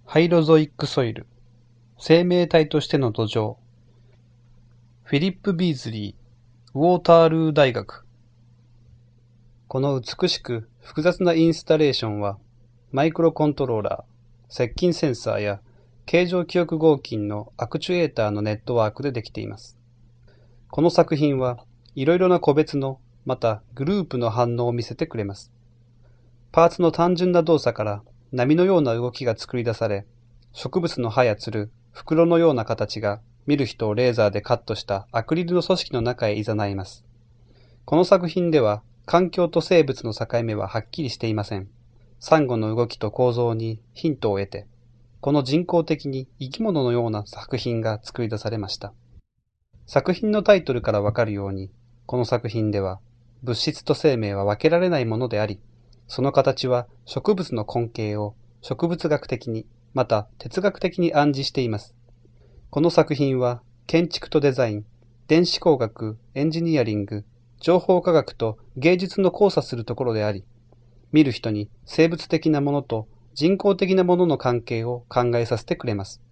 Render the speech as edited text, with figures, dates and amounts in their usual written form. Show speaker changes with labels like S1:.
S1: ハイロゾイックソイル、生命体としての土壌。フィリップ・ビーズリー、ウォータールー大学。この美しく複雑なインスタレーションは、マイクロコントローラー、接近センサーや形状記憶合金のアクチュエーターのネットワークでできています。この作品はいろいろな個別の、またグループの反応を見せてくれます。パーツの単純な動作から波のような動きが作り出され、植物の葉やつる、袋のような形が見る人をレーザーでカットしたアクリルの組織の中へ誘います。この作品では環境と生物の境目ははっきりしていません。サンゴの動きと構造にヒントを得て、この人工的に生き物のような作品が作り出されました。作品のタイトルからわかるように、この作品では物質と生命は分けられないものであり、その形は植物の根茎を植物学的に、また哲学的に暗示しています。この作品は建築とデザイン、電子工学、エンジニアリング、情報科学と芸術の交差するところであり、見る人に生物的なものと人工的なものの関係を考えさせてくれます。